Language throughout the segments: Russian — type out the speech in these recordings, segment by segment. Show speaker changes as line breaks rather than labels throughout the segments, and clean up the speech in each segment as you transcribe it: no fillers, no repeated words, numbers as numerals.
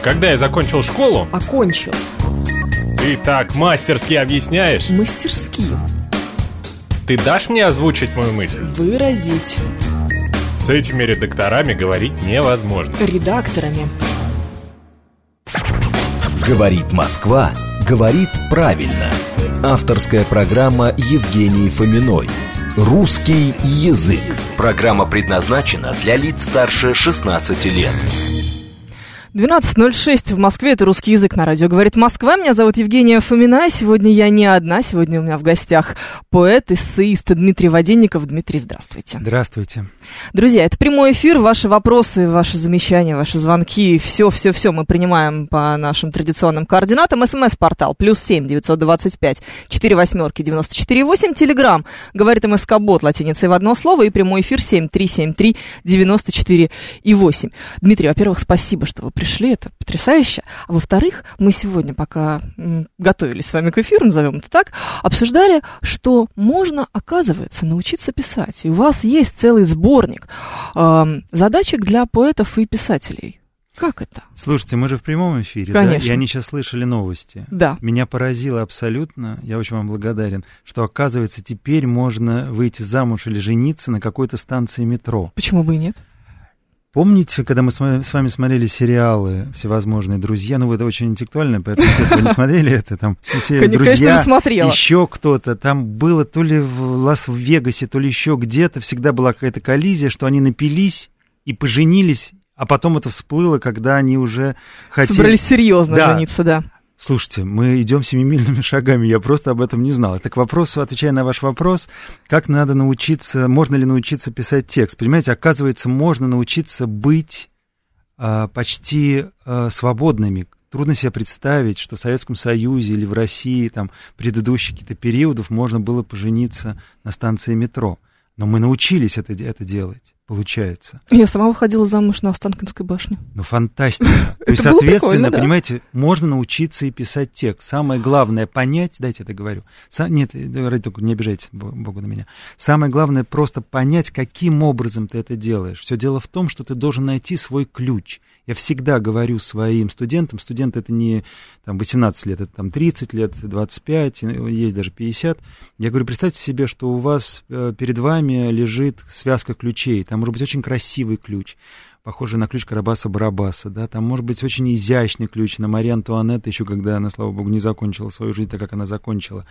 Когда я закончил школу...
Окончил.
Ты так мастерски объясняешь.
Мастерски.
Ты дашь мне озвучить мою мысль?
Выразить.
С этими редакторами говорить невозможно.
Редакторами.
Говорит Москва, говорит правильно. Авторская программа Евгении Фоминой. Русский язык. Программа предназначена для лиц старше 16 лет.
12:06 в Москве, это «Русский язык» на радио «Говорит Москва». Меня зовут Евгения Фомина. Сегодня я не одна, сегодня у меня в гостях поэт, эссеист Дмитрий Воденников. Дмитрий, здравствуйте.
Здравствуйте.
Друзья, это прямой эфир, ваши вопросы, ваши замечания, ваши звонки, все мы принимаем по нашим традиционным координатам. СМС-портал +7 925 48 94 8. Телеграм говорит МСК-бот латиницей в одно слово, и прямой эфир 7373 94 8. Дмитрий, во-первых, спасибо, что вы пришли, это потрясающе. А во-вторых, мы сегодня, пока готовились с вами к эфиру, назовем это так, обсуждали, что можно, оказывается, научиться писать. И у вас есть целый сборник задачек для поэтов и писателей. Как это?
Слушайте, мы же в прямом эфире,
конечно.
Да? И они сейчас слышали новости.
Да.
Меня поразило абсолютно, я очень вам благодарен, что, оказывается, теперь можно выйти замуж или жениться на какой-то станции метро.
Почему бы и нет?
Помните, когда мы с вами смотрели сериалы «Всевозможные друзья», ну, это очень интеллектуально, поэтому, естественно, вы не смотрели это, там, все друзья, еще кто-то, там было то ли в Лас-Вегасе, то ли еще где-то, всегда была какая-то коллизия, что они напились и поженились, а потом это всплыло, когда они уже хотели...
Собрались серьезно жениться, да.
Слушайте, мы идем семимильными шагами, я просто об этом не знал. Это к вопросу, отвечая на ваш вопрос, как надо научиться, можно ли научиться писать текст. Понимаете, оказывается, можно научиться быть почти свободными. Трудно себе представить, что в Советском Союзе или в России, там, предыдущих каких-то периодов можно было пожениться на станции метро. Но мы научились это делать, получается.
Я сама выходила замуж на Останкинской башне.
Ну, фантастика. То есть, соответственно, понимаете, можно научиться и писать текст. Самое главное понять, дайте я договорю. Нет, только не обижайте Богу на меня. Самое главное просто понять, каким образом ты это делаешь. Все дело в том, что ты должен найти свой ключ. Я всегда говорю своим студентам, студент это не там, 18 лет, это там 30 лет, 25, есть даже 50. Я говорю, представьте себе, что у вас перед вами лежит связка ключей. Там может быть очень красивый ключ, похожий на ключ Карабаса-Барабаса, да, там может быть очень изящный ключ на Марии Антуанетты, еще когда она, слава богу, не закончила свою жизнь так, как она закончила.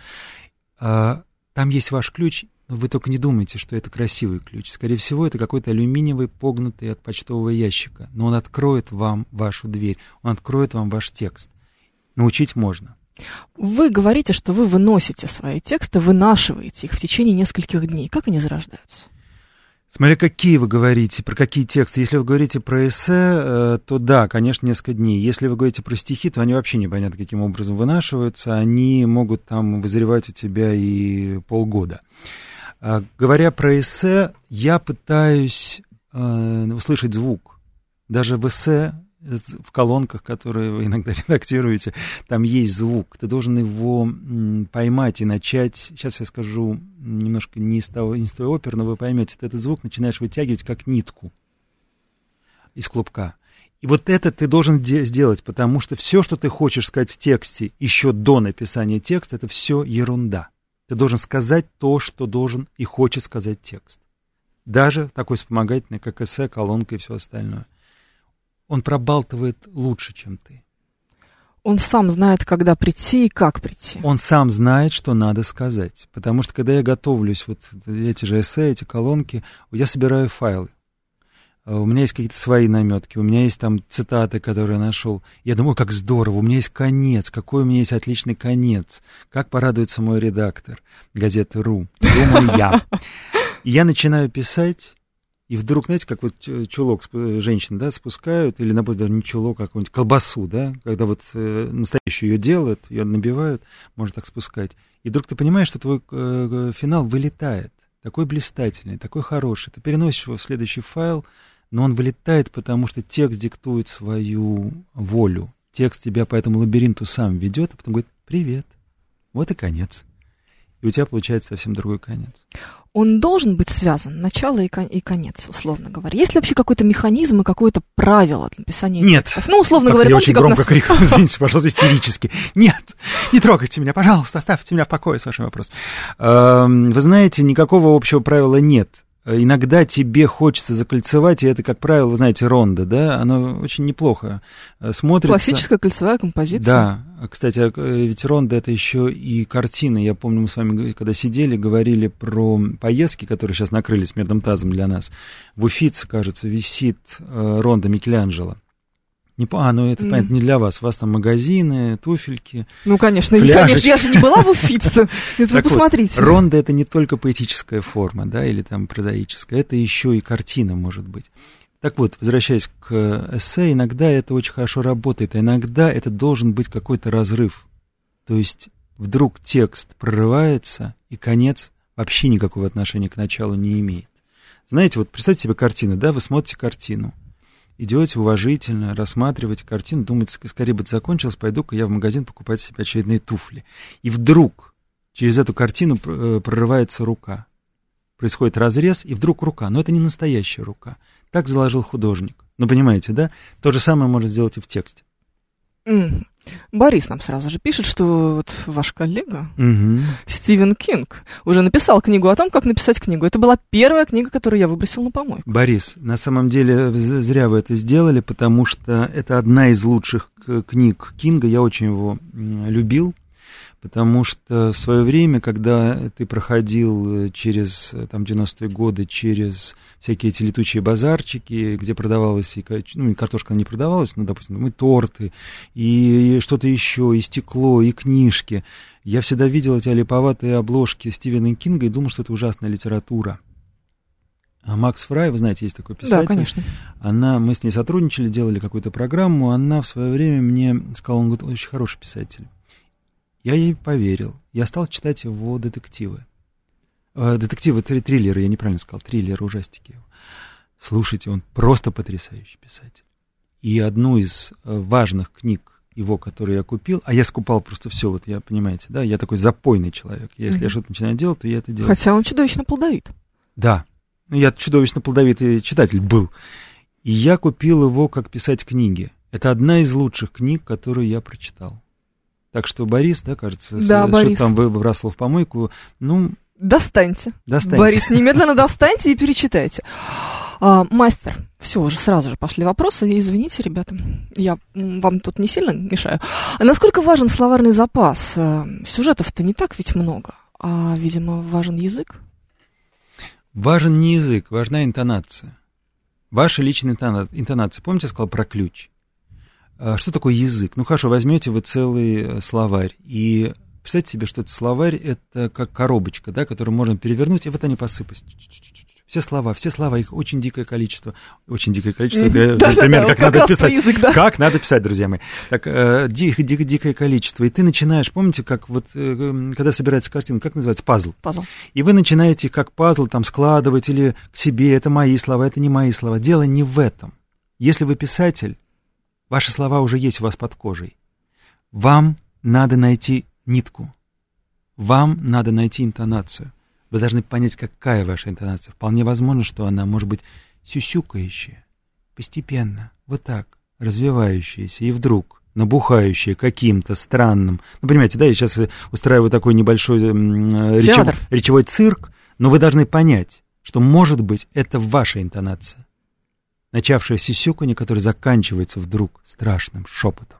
Там есть ваш ключ, но вы только не думайте, что это красивый ключ. Скорее всего, это какой-то алюминиевый, погнутый от почтового ящика, но он откроет вам вашу дверь, он откроет вам ваш текст. Научить можно.
Вы говорите, что вы выносите свои тексты, вынашиваете их в течение нескольких дней. Как они зарождаются?
Смотря какие вы говорите, про какие тексты. Если вы говорите про эссе, то да, конечно, несколько дней. Если вы говорите про стихи, то они вообще непонятно каким образом вынашиваются. Они могут там вызревать у тебя и полгода. Говоря про эссе, я пытаюсь услышать звук. Даже в эссе, в колонках, которые вы иногда редактируете, там есть звук. Ты должен его поймать и начать. Сейчас я скажу немножко не с той оперы, но вы поймете, ты этот звук начинаешь вытягивать как нитку из клубка. И вот это ты должен сделать, потому что все, что ты хочешь сказать в тексте еще до написания текста, это все ерунда. Ты должен сказать то, что должен и хочет сказать текст. Даже такой вспомогательный, как эссе, колонка и все остальное. Он пробалтывает лучше, чем ты.
Он сам знает, когда прийти и как прийти.
Он сам знает, что надо сказать. Потому что, когда я готовлюсь, вот эти же эссе, эти колонки, я собираю файлы. У меня есть какие-то свои наметки, у меня есть там цитаты, которые я нашел. Я думаю, как здорово, у меня есть конец, какой у меня есть отличный конец. Как порадуется мой редактор газеты «Ру», думаю я. И я начинаю писать, и вдруг, знаете, как вот чулок женщины, да, спускают, или, наоборот, даже не чулок, а какую-нибудь колбасу, да, когда вот настоящую ее делают, ее набивают, можно так спускать. И вдруг ты понимаешь, что твой финал вылетает, такой блистательный, такой хороший. Ты переносишь его в следующий файл, но он вылетает, потому что текст диктует свою волю. Текст тебя по этому лабиринту сам ведет, а потом говорит «привет». Вот и конец. И у тебя получается совсем другой конец.
он должен быть связан, начало и конец, условно говоря? Есть ли вообще какой-то механизм и какое-то правило для написания
Нет.
текстов? Ну, условно
Так,
говоря,
я
помните,
очень
как
громко
нас...
крикнул, извините, пожалуйста, истерически. Нет, не трогайте меня, пожалуйста, оставьте меня в покое с вашим вопросом. Вы знаете, никакого общего правила нет. Иногда тебе хочется закольцевать, и это, как правило, вы знаете, рондо, да, оно очень неплохо смотрится.
Классическая кольцевая композиция.
Да, кстати, ведь рондо — это еще и картины. Я помню, мы с вами, когда сидели, говорили про поездки, которые сейчас накрылись медным тазом для нас. В Уффици, кажется, висит рондо Микеланджело. Ну это, понятно, не для вас. У вас там магазины, туфельки,
Ну, конечно,
фляжечки.
я же не была в Уффици. Это вы посмотрите.
Вот, рондо — это не только поэтическая форма, да, или там прозаическая, это еще и картина, может быть. Так вот, возвращаясь к эссе, иногда это очень хорошо работает, а иногда это должен быть какой-то разрыв. То есть вдруг текст прорывается, и конец вообще никакого отношения к началу не имеет. Знаете, вот представьте себе картину, да, вы смотрите картину, идете уважительно, рассматриваете картину, думаете, скорее бы это закончилось, пойду-ка я в магазин покупать себе очередные туфли. И вдруг через эту картину прорывается рука. Происходит разрез, и вдруг рука. Но это не настоящая рука. Так заложил художник. Ну, понимаете, да? То же самое можно сделать и в тексте.
Борис нам сразу же пишет, что вот ваш коллега
Угу.
Стивен Кинг уже написал книгу о том, как написать книгу. Это была первая книга, которую я выбросил на помойку.
Борис, на самом деле зря вы это сделали, потому что это одна из лучших книг Кинга. Я очень его любил, потому что в свое время, когда ты проходил через там, 90-е годы, через всякие эти летучие базарчики, где продавалась, и картошка не продавалась, ну, допустим, и торты, и что-то еще, и стекло, и книжки, я всегда видел эти олиповатые обложки Стивена Кинга и думал, что это ужасная литература. А Макс Фрай, вы знаете, есть такой писатель.
Да, конечно.
Мы с ней сотрудничали, делали какую-то программу, она в свое время мне сказала, он говорит, очень хороший писатель. Я ей поверил. Я стал читать его детективы. Триллеры, я неправильно сказал, триллеры, ужастики. Слушайте, он просто потрясающий писатель. И одну из важных книг его, которую я купил, а я скупал просто все, вот я, понимаете, да, я такой запойный человек. Если я что-то начинаю делать, то я это делаю.
Хотя он чудовищно плодовит.
Да, я чудовищно плодовитый читатель был. И я купил его «Как писать книги». Это одна из лучших книг, которую я прочитал. Так что Борис, да, кажется,
да,
что там выбрасывал в помойку, ну...
Достаньте. Борис, немедленно достаньте и перечитайте. Мастер, все, уже сразу же пошли вопросы. Извините, ребята, я вам тут не сильно мешаю. А насколько важен словарный запас? Сюжетов-то не так ведь много, а, видимо, важен язык?
Важен не язык, важна интонация. Ваша личная интонация. Помните, я сказал про ключ? Что такое язык? Ну, хорошо, возьмете вы целый словарь, и представьте себе, что это словарь, это как коробочка, да, которую можно перевернуть, и вот они посыпались. Все слова, их очень дикое количество. Очень дикое количество, это примерно как надо писать. Язык, да. Как надо писать, друзья мои. Так, дикое количество. И ты начинаешь, помните, как вот, когда собирается картина, как называется? Пазл. И вы начинаете как пазл там складывать или к себе, это мои слова, это не мои слова. Дело не в этом. Если вы писатель, ваши слова уже есть у вас под кожей. Вам надо найти нитку. Вам надо найти интонацию. Вы должны понять, какая ваша интонация. Вполне возможно, что она может быть сюсюкающая, постепенно, вот так, развивающаяся, и вдруг набухающая каким-то странным... Ну, понимаете, да, я сейчас устраиваю такой небольшой речевой цирк, но вы должны понять, что, может быть, это ваша интонация. Начавшее сюсюканье, которое заканчивается вдруг страшным шепотом.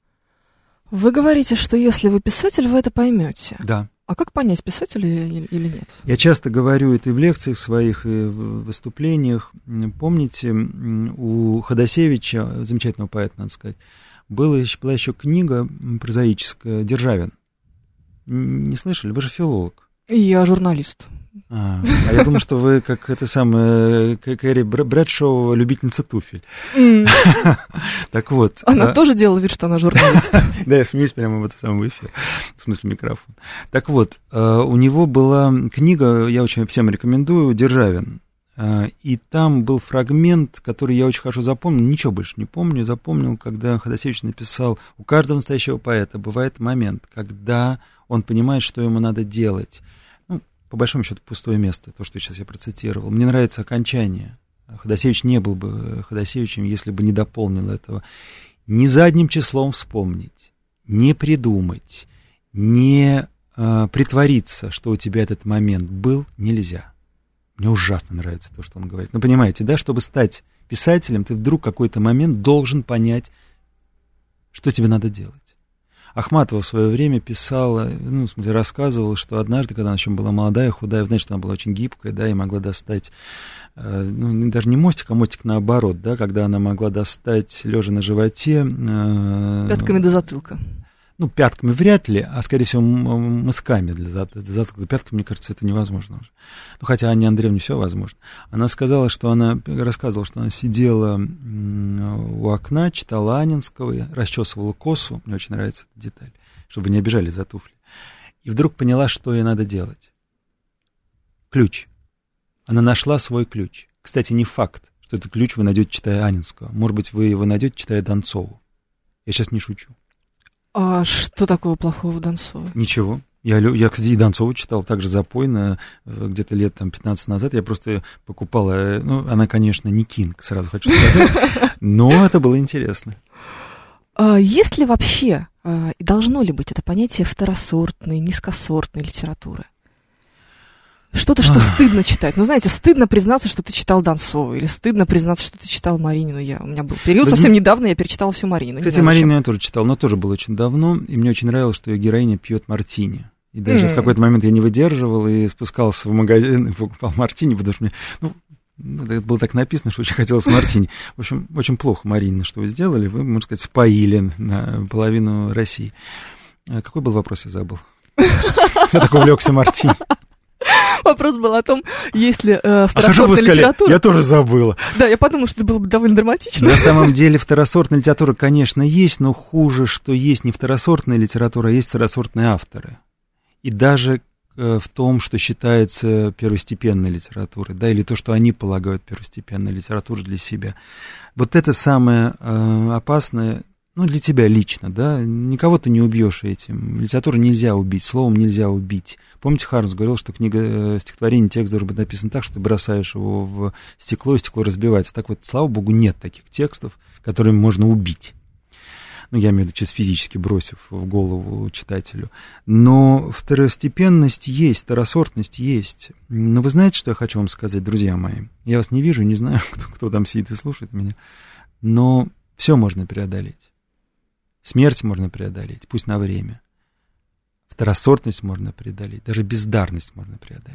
Вы говорите, что если вы писатель, вы это поймете.
Да.
А как понять, писатель или нет?
Я часто говорю это и в лекциях своих, и в выступлениях. Помните, у Ходосевича, замечательного поэта, надо сказать, была еще книга прозаическая «Державин». Не слышали? Вы же филолог.
Я журналист.
А я думаю, что вы, как это самое, Кэрри Брэдшоу, любительница туфель. Так вот.
Она тоже делала вид, что она журналист.
Да, я смеюсь прямо в это самое эфир. В смысле микрофон. Так вот, у него была книга, я очень всем рекомендую, «Державин». И там был фрагмент, который я очень хорошо запомнил, ничего больше не помню, запомнил, когда Ходосевич написал: у каждого настоящего поэта бывает момент, когда он понимает, что ему надо делать. по большому счету, пустое место, то, что сейчас я процитировал. Мне нравится окончание. Ходосевич не был бы Ходосевичем, если бы не дополнил этого. Ни задним числом вспомнить, не придумать, не притвориться, что у тебя этот момент был, нельзя. Мне ужасно нравится то, что он говорит. Ну, понимаете, да, чтобы стать писателем, ты вдруг в какой-то момент должен понять, что тебе надо делать. Ахматова в свое время писала, ну, в смысле, рассказывала, что однажды, когда она еще была молодая, худая, знаете, что она была очень гибкая, да, и могла достать, ну, даже не мостик, а мостик наоборот, да, когда она могла достать, лежа на животе...
Пятками до затылка.
Ну, пятками вряд ли, а, скорее всего, мысками для затылка. Пятками, мне кажется, это невозможно уже. Ну, хотя Анне Андреевне все возможно. Она рассказывала, что она сидела у окна, читала Анинского, расчесывала косу. Мне очень нравится эта деталь, чтобы вы не обижали за туфли. И вдруг поняла, что ей надо делать. Ключ. Она нашла свой ключ. Кстати, не факт, что этот ключ вы найдете, читая Анинского. Может быть, вы его найдете, читая Донцову. Я сейчас не шучу.
А что такого плохого в Донцовой?
Ничего. Я, кстати, и Донцову читал также запойно, где-то лет 15 назад. Я просто покупала... Ну, она, конечно, не Кинг, сразу хочу сказать, но это было интересно.
Есть ли вообще, и должно ли быть это понятие второсортной, низкосортной литературы? Что-то, что стыдно читать. Ну, знаете, стыдно признаться, что ты читал Донцову, или стыдно признаться, что ты читал Маринину. У меня был период совсем недавно, я перечитала всю Маринину.
Кстати, Маринину я тоже читал, но тоже было очень давно, и мне очень нравилось, что ее героиня пьет мартини. И даже в какой-то момент я не выдерживал и спускался в магазин и покупал мартини, потому что мне, это было так написано, что очень хотелось мартини. В общем, очень плохо, Марина, что вы сделали. Вы, можно сказать, споили на половину России. Какой был вопрос, я забыл. Я так увлекся мартини.
Вопрос был о том, есть ли второсортная литература.
Я тоже забыла.
Да, я подумала, что это было бы довольно драматично.
На самом деле второсортная литература, конечно, есть, но хуже, что есть не второсортная литература, а есть второсортные авторы. И даже в том, что считается первостепенной литературой, да, или то, что они полагают первостепенной литературой для себя. Вот это самое опасное, ну, для тебя лично, да, никого ты не убьешь этим. Литературу нельзя убить, словом нельзя убить. Помните, Хармс говорил, что книга, стихотворение, текст должен быть написан так, что ты бросаешь его в стекло, и стекло разбивается. Так вот, слава богу, нет таких текстов, которыми можно убить. Ну, я имею в виду, чисто физически бросив в голову читателю. Но второстепенность есть, второсортность есть. Но вы знаете, что я хочу вам сказать, друзья мои? Я вас не вижу, не знаю, кто там сидит и слушает меня, но все можно преодолеть. Смерть можно преодолеть, пусть на время. Второсортность можно преодолеть, даже бездарность можно преодолеть.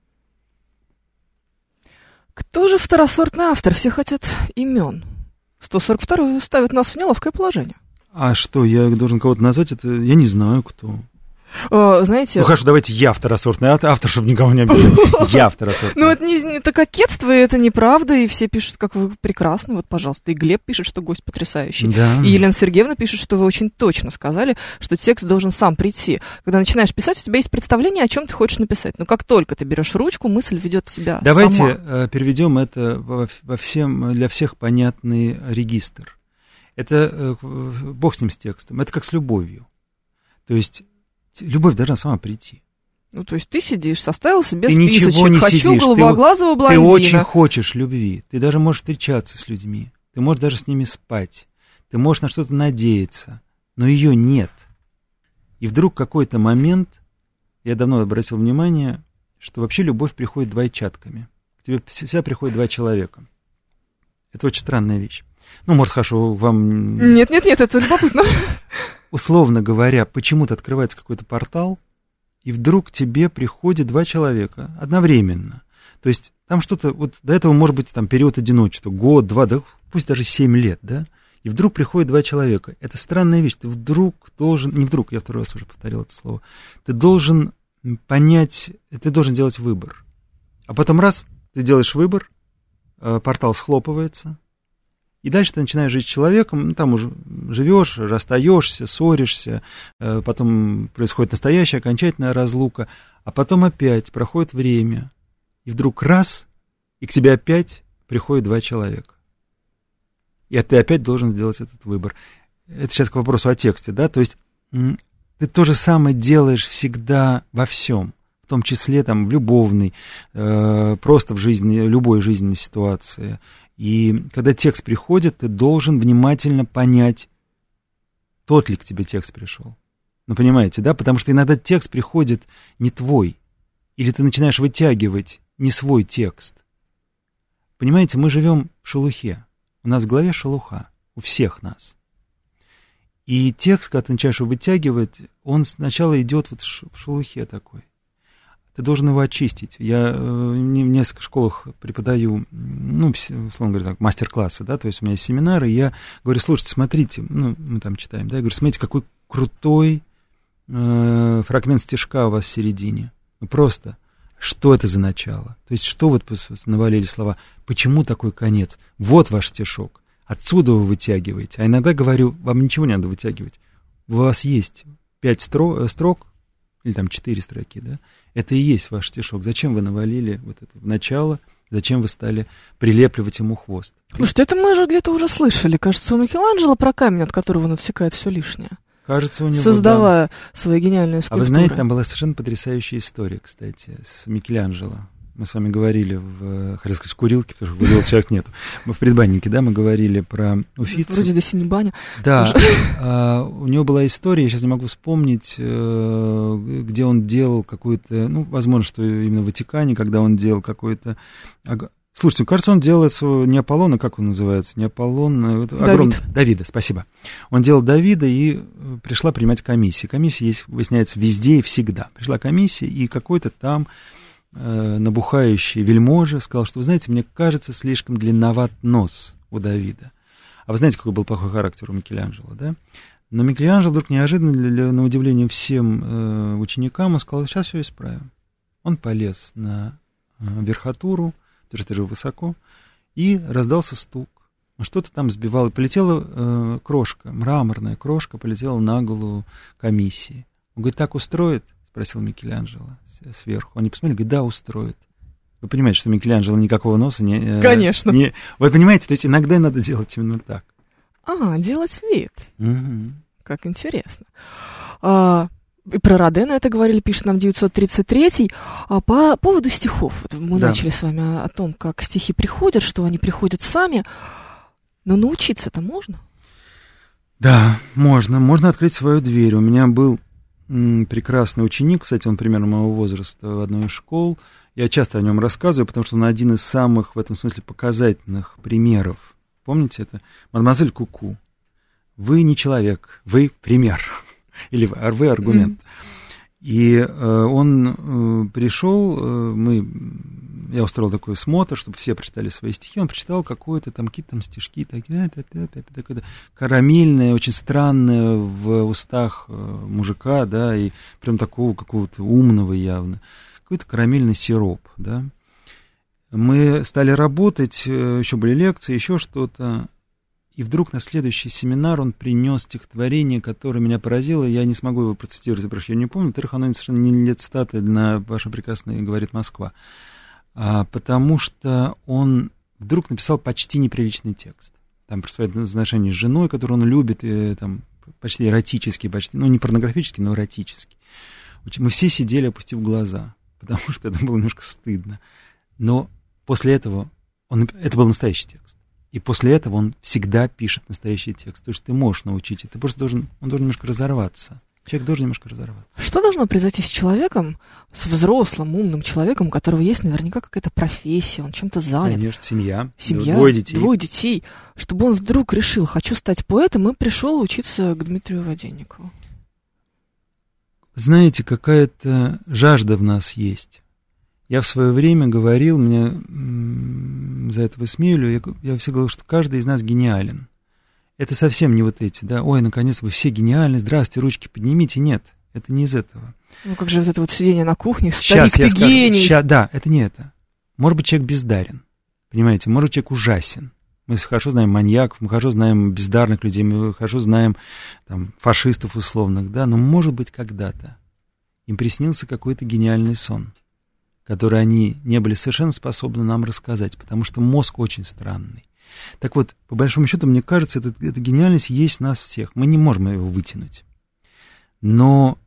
Кто же второсортный автор? Все хотят имен. 142-й ставит нас в неловкое положение.
А что, я должен кого-то назвать? Это я не знаю, кто.
Знаете...
Ну хорошо, давайте я второсортный автор, чтобы никого не обидеть. Я второсортный.
Ну, это кокетство, и это неправда, и все пишут, как вы прекрасны, вот, пожалуйста. И Глеб пишет, что гость потрясающий.
Да.
И Елена Сергеевна пишет, что вы очень точно сказали, что текст должен сам прийти. Когда начинаешь писать, у тебя есть представление, о чем ты хочешь написать. Но как только ты берешь ручку, мысль ведет себя
Давайте
сама.
Переведем это для всех понятный регистр. Это, бог с ним, с текстом, это как с любовью. То есть любовь должна сама прийти.
Ну, то есть ты сидишь, составил себе
ты
списочек, хочу
сидишь.
голубоглазого блондина.
Ты очень хочешь любви, ты даже можешь встречаться с людьми, ты можешь даже с ними спать, ты можешь на что-то надеяться, но ее нет. И вдруг какой-то момент, я давно обратил внимание, что вообще любовь приходит двойчатками. К тебе всегда приходит два человека. Это очень странная вещь. Ну, может, хорошо, вам...
Нет, это любопытно.
Условно говоря, почему-то открывается какой-то портал, и вдруг к тебе приходят два человека одновременно. То есть там что-то, вот до этого может быть там период одиночества, год, два, да, пусть даже 7 лет, да, и вдруг приходят два человека. Это странная вещь, ты вдруг должен, не вдруг, я второй раз уже повторил это слово, ты должен понять, ты должен делать выбор. А потом раз, ты делаешь выбор, портал схлопывается, и дальше ты начинаешь жить с человеком, ну, там уже живешь, расстаешься, ссоришься, потом происходит настоящая окончательная разлука, а потом опять проходит время, и вдруг раз, и к тебе опять приходят два человека. И ты опять должен сделать этот выбор. Это сейчас к вопросу о тексте, да, то есть ты то же самое делаешь всегда во всем. В том числе там, в любовной, просто в жизни, любой жизненной ситуации. И когда текст приходит, ты должен внимательно понять, тот ли к тебе текст пришел. Ну, понимаете, да? Потому что иногда текст приходит не твой, или ты начинаешь вытягивать не свой текст. Понимаете, мы живем в шелухе. У нас в голове шелуха, у всех нас. И текст, когда ты начинаешь его вытягивать, он сначала идет вот в шелухе такой. Ты должен его очистить. Я в нескольких школах преподаю, ну, условно говоря, так, мастер-классы, да, то есть у меня есть семинары, и я говорю, слушайте, смотрите, ну, мы там читаем, да, я говорю, смотрите, какой крутой фрагмент стишка у вас в середине. Ну, просто, что это за начало? То есть, что вот навалили слова? Почему такой конец? Вот ваш стишок. Отсюда вы вытягиваете. А иногда говорю, вам ничего не надо вытягивать. У вас есть 5 строк, или там 4 строки, да? Это и есть ваш стишок. Зачем вы навалили вот это в начало? Зачем вы стали прилепливать ему хвост?
Слушайте, это мы же где-то уже слышали. Кажется, у Микеланджело про камень, от которого он отсекает все лишнее.
Кажется, у него,
создавая
да,
свои гениальные скульптуры.
А вы знаете, там была совершенно потрясающая история, кстати, с Микеланджело. Мы с вами говорили хотел сказать, в курилке, потому что курилок сейчас нету. Мы в предбаннике, да, мы говорили про Уффици.
Вроде до синей бани.
Да, у него была история, я сейчас не могу вспомнить, где он делал какую-то, ну, возможно, что именно в Ватикане, когда он делал какой-то... Слушайте, кажется, он делает не Аполлона, как он называется, не Аполлон, Давида, спасибо. Он делал Давида, и пришла принимать комиссия. Комиссия есть, выясняется, везде и всегда. Пришла комиссия, и какой-то там набухающий вельможа сказал, что, вы знаете, мне кажется, слишком длинноват нос у Давида. А вы знаете, какой был плохой характер у Микеланджело, да? Но Микеланджело вдруг неожиданно, на удивление всем ученикам, он сказал, сейчас все исправим. Он полез на верхотуру, потому что это же высоко, и раздался стук. Что-то там сбивало, полетела крошка, мраморная крошка полетела на голову комиссии. Он говорит, так устроит? Спросил Микеланджело сверху. Они посмотрели, говорит, да, устроит. Вы понимаете, что Микеланджело никакого носа не...
Конечно.
Вы понимаете, то есть иногда надо делать именно так.
Делать вид.
Угу.
Как интересно. И про Родена это говорили, пишет нам 933-й. По поводу стихов. Вот мы начали с вами о том, как стихи приходят, что они приходят сами. Но научиться-то можно? Да, можно. Можно открыть свою дверь. У меня был прекрасный ученик, кстати, он примерно моего возраста в одной из школ. Я часто о нем рассказываю, потому что он один из самых, в этом смысле, показательных примеров. Помните это? Мадемуазель Куку. Вы не человек, вы пример. Или вы аргумент. И он пришел, я устроил такой смотр, чтобы все прочитали свои стихи. Он прочитал какие-то там стишки, такое карамельное, очень странное в устах мужика, да, и прям такого какого-то умного явно. Какой-то карамельный сироп, да. Мы стали работать, еще были лекции, еще что-то. И вдруг на следующий семинар он принес стихотворение, которое меня поразило. Я не смогу его процитировать, потому что я не помню. Во-вторых, оно совершенно не лет статы на «Ваша прекрасная говорит Москва». Потому что он вдруг написал почти неприличный текст. Там про свои отношения с женой, которую он любит, и, там, почти эротический, почти, ну, не порнографический, но эротический. Мы все сидели, опустив глаза, потому что это было немножко стыдно. Но после этого это был настоящий текст. И после этого он всегда пишет настоящий текст. То есть ты можешь научить это. Ты просто он должен немножко разорваться. Человек должен немножко разорваться. Что должно произойти с человеком, с взрослым, умным человеком, у которого есть наверняка какая-то профессия, он чем-то занят? Конечно, семья, двое детей. Чтобы он вдруг решил, хочу стать поэтом, и пришел учиться к Дмитрию Воденникову. Знаете, какая-то жажда в нас есть. Я в свое время говорил, меня за это высмеивали, я всегда говорил, что каждый из нас гениален. Это совсем не вот эти, да, ой, наконец вы все гениальны, здравствуйте, ручки поднимите. Нет, это не из этого. Ну как же вот это вот сидение на кухне, старик, ты гений. Да, это не это. Может быть, человек бездарен, понимаете, может быть, человек ужасен. Мы хорошо знаем маньяков, мы хорошо знаем бездарных людей, мы хорошо знаем там, фашистов условных, да, но может быть, когда-то им приснился какой-то гениальный сон, который они не были совершенно способны нам рассказать, потому что мозг очень странный. Так вот, по большому счету, мне кажется, эта гениальность есть в нас всех. Мы не можем его вытянуть. Но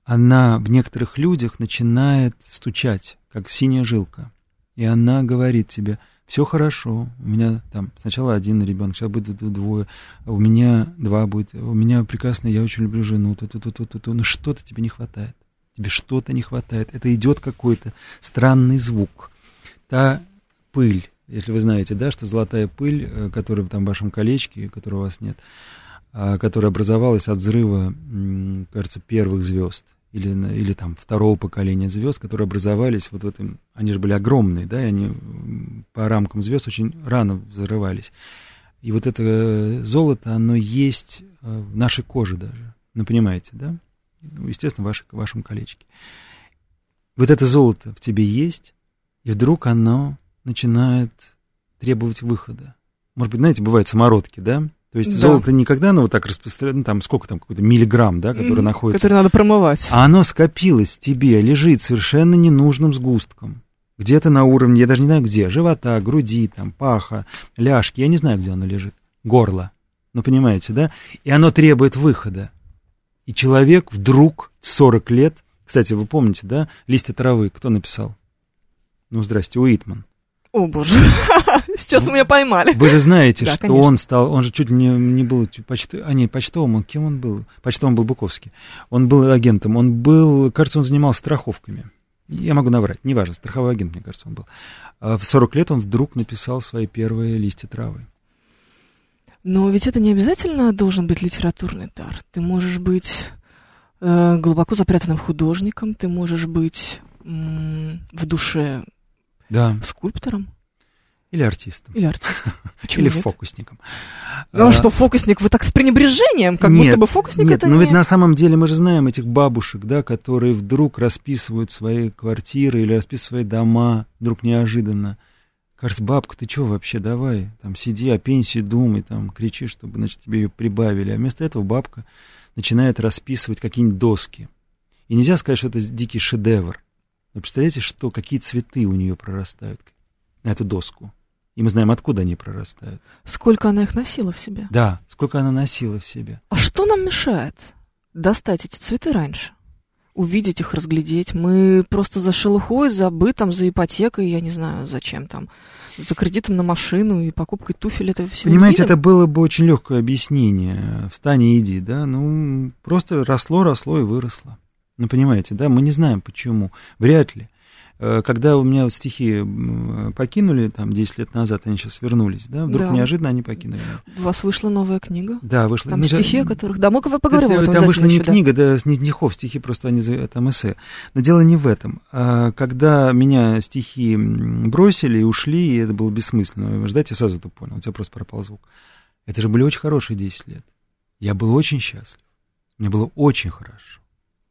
она в некоторых людях начинает стучать, как синяя жилка. И она говорит тебе: все хорошо, у меня там сначала один ребенок, сейчас будет двое, у меня 2 будет, у меня прекрасно, я очень люблю жену, но что-то тебе не хватает. Тебе что-то не хватает. Это идет какой-то странный звук. Та пыль, если вы знаете, да, что золотая пыль, которая там в вашем колечке, которой у вас нет, которая образовалась от взрыва, кажется, первых звезд или там второго поколения звезд, которые образовались вот в этом, они же были огромные, да, и они по рамкам звезд очень рано взрывались. И вот это золото, оно есть в нашей коже даже, ну, понимаете, да? Ну, естественно, в вашем колечке. Вот это золото в тебе есть, и вдруг оно начинает требовать выхода. Может быть, знаете, бывают самородки, да? То есть золото никогда, оно вот так распространено, там сколько там, какой-то миллиграмм, да, который находится.
Который надо промывать.
А оно скопилось в тебе, лежит совершенно ненужным сгустком. Где-то на уровне, я даже не знаю где, живота, груди, там, паха, ляжки, я не знаю, где оно лежит. Горло. Ну, понимаете, да? И оно требует выхода. И человек вдруг в 40 лет, кстати, вы помните, да, «Листья травы» кто написал? Ну, здрасте, Уитман.
О, боже, сейчас вы меня поймали.
Вы же знаете,
да,
что
конечно.
он же чуть ли не был почтовым, кем он был? Почтовым был Буковский. Он был агентом, он был, кажется, он занимался страховками. Я могу наврать, неважно, страховой агент, мне кажется, он был. А в 40 лет он вдруг написал свои первые «Листья травы».
Но ведь это не обязательно должен быть литературный дар. Ты можешь быть глубоко запрятанным художником, ты можешь быть в душе скульптором.
Или артистом.
Или Почему
Или
нет?
фокусником.
Ну а что, фокусник, вы так с пренебрежением, как будто бы фокусник
нет,
это
но
не...
ведь на самом деле мы же знаем этих бабушек, да, которые вдруг расписывают свои квартиры или расписывают свои дома, вдруг неожиданно. Кажется, бабка, ты что вообще, давай, там, сиди, о пенсии думай, там, кричи, чтобы, значит, тебе ее прибавили. А вместо этого бабка начинает расписывать какие-нибудь доски. И нельзя сказать, что это дикий шедевр. Но представляете, какие цветы у нее прорастают на эту доску. И мы знаем, откуда они прорастают.
Сколько она их носила в себе.
Да, сколько она носила в себе.
А что нам мешает достать эти цветы раньше? Увидеть их, разглядеть. Мы просто за шелухой, за бытом, за ипотекой, я не знаю, зачем там, за кредитом на машину и покупкой туфель, это все.
Понимаете, это было бы очень легкое объяснение. Встань и иди, да, ну, просто росло и выросло. Ну, понимаете, да, мы не знаем почему, вряд ли. Когда у меня вот стихи покинули, там, 10 лет назад, они сейчас вернулись, да, вдруг неожиданно они покинули.
У вас вышла новая книга?
Да, вышла.
Там стихи, о которых... Да, мы-ка поговорим об этом.
Там вышла не
еще,
книга, да, не стихов, стихи просто они, там эссе. Но дело не в этом. Когда меня стихи бросили и ушли, и это было бессмысленно, ждать я сразу это понял, у тебя просто пропал звук. Это же были очень хорошие 10 лет. Я был очень счастлив. Мне было очень хорошо.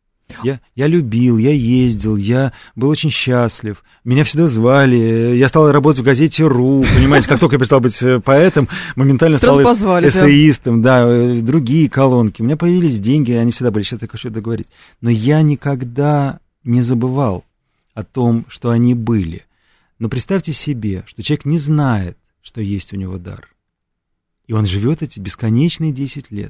Я любил, я ездил, я был очень счастлив. Меня всегда звали. Я стал работать в газете «Ру». Понимаете, как только я перестал быть поэтом, моментально стал эссеистом. Да, другие колонки. У меня появились деньги, они всегда были. Сейчас я хочу договорить. Но я никогда не забывал о том, что они были. Но представьте себе, что человек не знает, что есть у него дар. И он живет эти бесконечные 10 лет.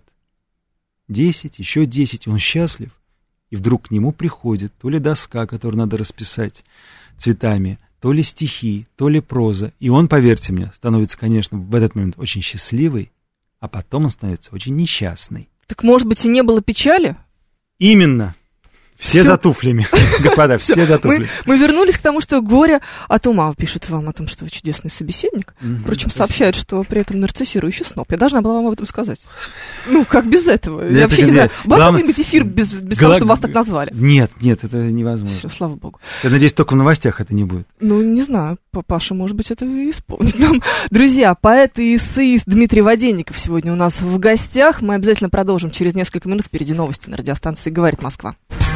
10, еще 10, и он счастлив. И вдруг к нему приходит то ли доска, которую надо расписать цветами, то ли стихи, то ли проза. И он, поверьте мне, становится, конечно, в этот момент очень счастливый, а потом он становится очень несчастный.
Так, может быть, и не было печали?
Именно. Все за туфлями, господа, все за туфлями.
Мы вернулись к тому, что горе от ума пишет вам о том, что вы чудесный собеседник. Впрочем, сообщает, что при этом нарциссирующий сноб. Я должна была вам об этом сказать. Ну, как без этого? Я вообще не знаю. Был какой-нибудь эфир без того, чтобы вас так назвали?
Нет, это невозможно.
Все, слава богу.
Я надеюсь, только в новостях это не будет.
Ну, не знаю. Паша, может быть, это и исполнит нам. Друзья, поэт и эссеист Дмитрий Воденников сегодня у нас в гостях. Мы обязательно продолжим через несколько минут. Впереди новости на радиостанции «Говорит Москва».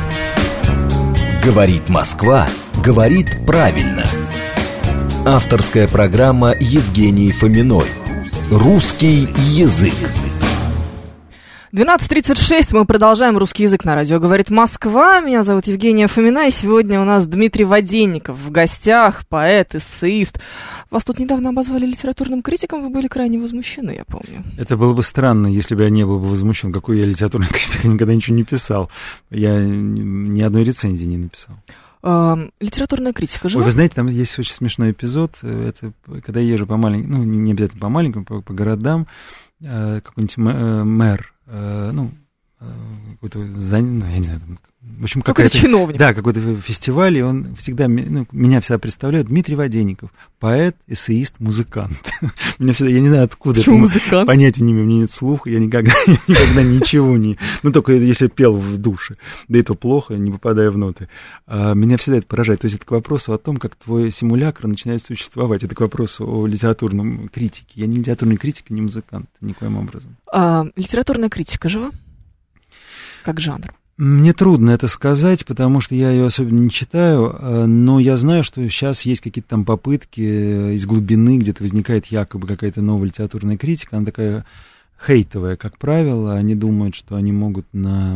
«Говорит Москва», говорит правильно. Авторская программа Евгении Фоминой. «Русский язык».
12:36, мы продолжаем «Русский язык» на радио. Говорит Москва. Меня зовут Евгения Фомина, и сегодня у нас Дмитрий Воденников в гостях, поэт, эссеист. Вас тут недавно обозвали литературным критиком, вы были крайне возмущены, я помню.
Это было бы странно, если бы я не был бы возмущен. Какой я литературный критик, я никогда ничего не писал. Я ни одной рецензии не написал.
Литературная критика жива?
Ой, вы знаете, там есть очень смешной эпизод. Это когда я езжу по маленьким, ну, не обязательно по маленьким, по городам, какой-нибудь мэр, какой-то, я не знаю, в общем,
какой-то чиновник.
Да, какой-то фестиваль, и он всегда, меня всегда представляет Дмитрий Воденников, поэт, эссеист, музыкант. Меня всегда, я не знаю, откуда.
Почему музыкант?
Понятия не имею, у меня нет слуха, я никогда ничего не... Ну, только если пел в душе, да и то плохо, не попадая в ноты. Меня всегда это поражает. То есть это к вопросу о том, как твой симулякр начинает существовать. Это к вопросу о литературном критике. Я не литературный критик, не музыкант, никоим образом.
Литературная критика жива? Как жанр?
Мне трудно это сказать, потому что я ее особенно не читаю, но я знаю, что сейчас есть какие-то там попытки из глубины, где-то возникает якобы какая-то новая литературная критика, она такая хейтовая, как правило, они думают, что они могут на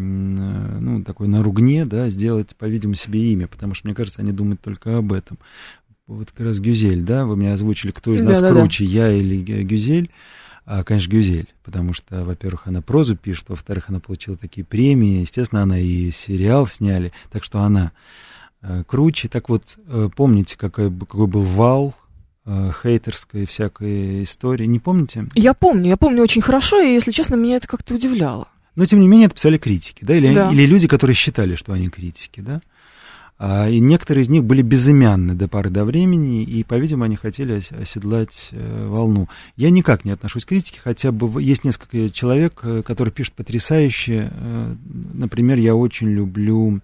ругне, да, сделать, по-видимому, себе имя, потому что, мне кажется, они думают только об этом. Вот как раз Гюзель, да, вы мне озвучили, кто из нас круче, я или Гюзель. Конечно, Гюзель, потому что, во-первых, она прозу пишет, во-вторых, она получила такие премии, естественно, она и сериал сняли, так что она круче. Так вот, помните, какой был вал хейтерской всякой истории, не помните?
Я помню очень хорошо, и, если честно, меня это как-то удивляло.
Но, тем не менее, это писали критики, да, или люди, которые считали, что они критики, да. И некоторые из них были безымянны до поры до времени, и, по-видимому, они хотели оседлать волну. Я никак не отношусь к критике, хотя бы есть несколько человек, которые пишут потрясающе. Например, я очень люблю...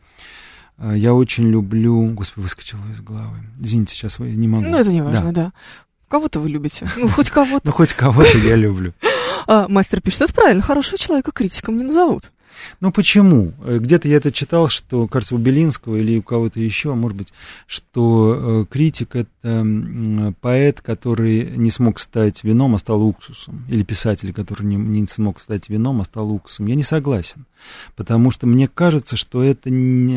Господи, выскочило из головы. Извините, сейчас не могу.
Ну, это не важно, да. Кого-то вы любите? Ну, хоть кого-то.
Ну, хоть кого-то я люблю.
Мастер пишет, это правильно, хорошего человека критиком не назовут.
Ну, почему? Где-то я это читал, что, кажется, у Белинского или у кого-то еще, может быть, что критик — это поэт, который не смог стать вином, а стал уксусом. Или писатель, который не смог стать вином, а стал уксусом. Я не согласен, потому что мне кажется, что это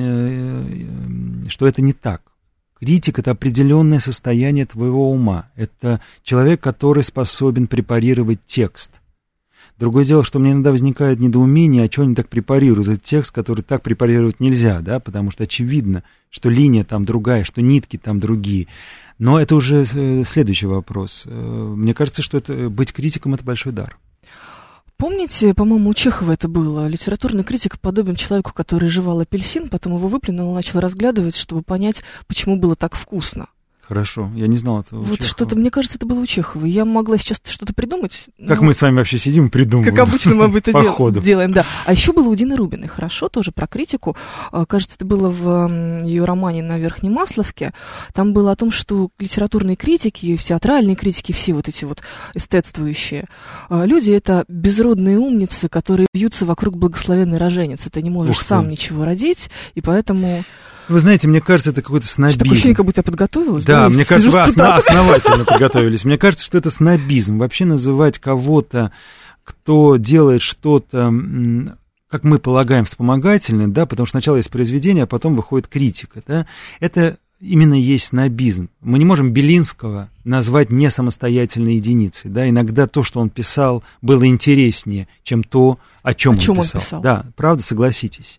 не так. Критик — это определенное состояние твоего ума. Это человек, который способен препарировать текст. Другое дело, что мне иногда возникает недоумение, а что они так препарируют этот текст, который так препарировать нельзя, да, потому что очевидно, что линия там другая, что нитки там другие. Но это уже следующий вопрос. Мне кажется, что быть критиком — это большой дар.
Помните, по-моему, у Чехова это было? Литературный критик подобен человеку, который жевал апельсин, потом его выплюнул и начал разглядывать, чтобы понять, почему было так вкусно.
Хорошо, я не знал этого.
Вот что-то, мне кажется, это было у Чехова. Я могла сейчас что-то придумать.
Как мы с вами вообще сидим и придумываем.
Как обычно мы об этом делаем, да. А еще было у Дины Рубиной, хорошо, тоже про критику. Кажется, это было в ее романе «На Верхней Масловке». Там было о том, что литературные критики, театральные критики, все вот эти вот эстетствующие люди — это безродные умницы, которые вьются вокруг благословенной роженицы. Ты не можешь сам ничего родить, и поэтому...
Вы знаете, мне кажется, это какой-то снобизм.
Такое ощущение, как будто я подготовилась.
Да, мне кажется, вы основательно подготовились. Мне кажется, что это снобизм. Вообще называть кого-то, кто делает что-то, как мы полагаем, вспомогательное, да, потому что сначала есть произведение, а потом выходит критика, да, это именно есть снобизм. Мы не можем Белинского назвать не самостоятельной единицей, да, иногда то, что он писал, было интереснее, чем то, о чем он писал. Да, правда, согласитесь.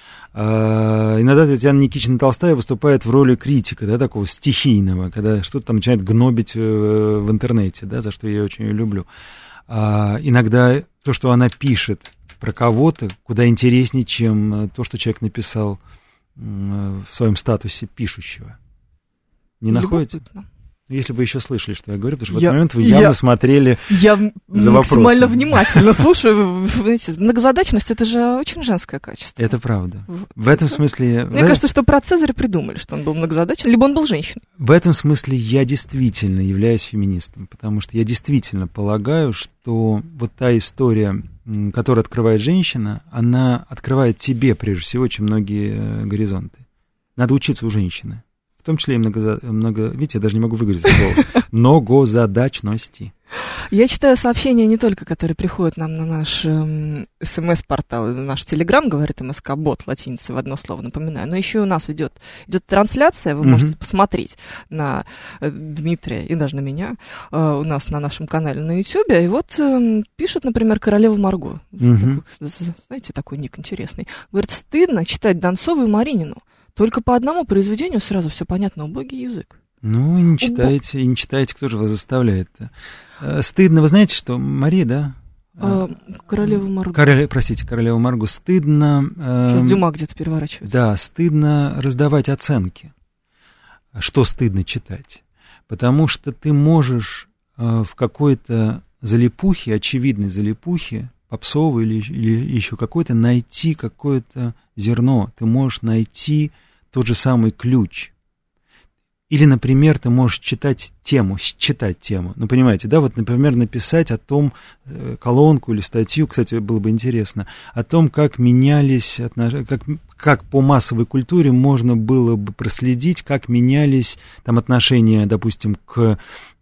Иногда Татьяна Никитична Толстая выступает в роли критика, да, такого стихийного, когда что-то там начинает гнобить в интернете, да, за что я ее очень люблю. Иногда то, что она пишет про кого-то, куда интереснее, чем то, что человек написал в своем статусе пишущего. Не находите? Если вы еще слышали, что я говорю, потому что в этот момент вы явно смотрели за вопросом.
Я максимально внимательно слушаю. Знаете, многозадачность — это же очень женское качество.
Это правда. В этом смысле...
Мне кажется, что про Цезаря придумали, что он был многозадачен, либо он был женщиной.
В этом смысле я действительно являюсь феминистом, потому что я действительно полагаю, что вот та история, которую открывает женщина, она открывает тебе, прежде всего, очень многие горизонты. Надо учиться у женщины. в том числе и видите, я даже не могу выговорить это слово, многозадачности.
Я читаю сообщения не только, которые приходят нам на наш СМС-портал, на наш Телеграм, говорит МСК-бот, латиница в одно слово, напоминаю, но еще и у нас идет трансляция, вы можете посмотреть на Дмитрия и даже на меня у нас на нашем канале на Ютьюбе, и вот пишет, например, Королева Марго, знаете, такой ник интересный, говорит, стыдно читать Донцову и Маринину, только по одному произведению сразу все понятно, убогий язык.
Ну, и не читаете, кто же вас заставляет-то? Стыдно, вы знаете, что Мария, да?
Королева Марго.
Королева Марго. Стыдно...
Сейчас Дюма где-то переворачивается.
Да, стыдно раздавать оценки. Что стыдно читать? Потому что ты можешь в какой-то залипухе, очевидной залипухе, попсовой или еще какой-то, найти какое-то зерно. Ты можешь найти тот же самый ключ. Или, например, ты можешь считать тему. Ну, понимаете, да, вот, например, написать о том, колонку или статью, кстати, было бы интересно, о том, как менялись, как по массовой культуре можно было бы проследить, как менялись там отношения, допустим, к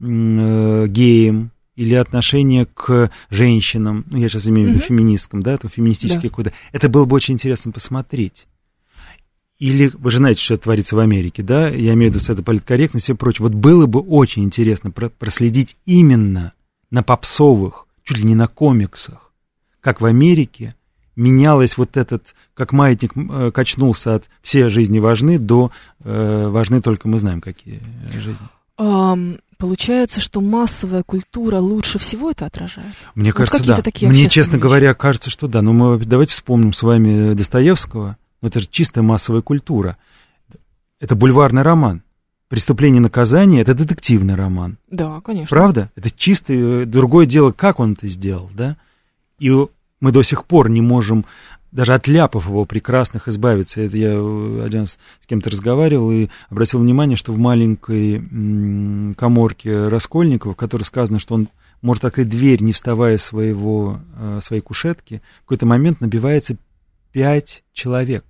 геям, или отношение к женщинам, ну, я сейчас имею в виду феминисткам, да, то феминистические коды. Это было бы очень интересно посмотреть. Или, вы же знаете, что творится в Америке, да, я имею в виду, это политкорректность и прочее. Вот было бы очень интересно проследить именно на попсовых, чуть ли не на комиксах, как в Америке менялось вот этот, как маятник качнулся от «все жизни важны» до «важны только мы знаем, какие жизни».
Получается, что массовая культура лучше всего это отражает?
Мне кажется, да. Мне, честно говоря, кажется, что да. Но мы давайте вспомним с вами Достоевского. Это же чистая массовая культура. Это бульварный роман. «Преступление и наказание» — это детективный роман.
Да, конечно.
Правда? Это чистое... Другое дело, как он это сделал, да? И мы до сих пор не можем, даже от ляпов его прекрасных, избавиться. Это я один раз с кем-то разговаривал и обратил внимание, что в маленькой каморке Раскольникова, в которой сказано, что он может открыть дверь, не вставая с своей кушетки, в какой-то момент набивается 5 человек.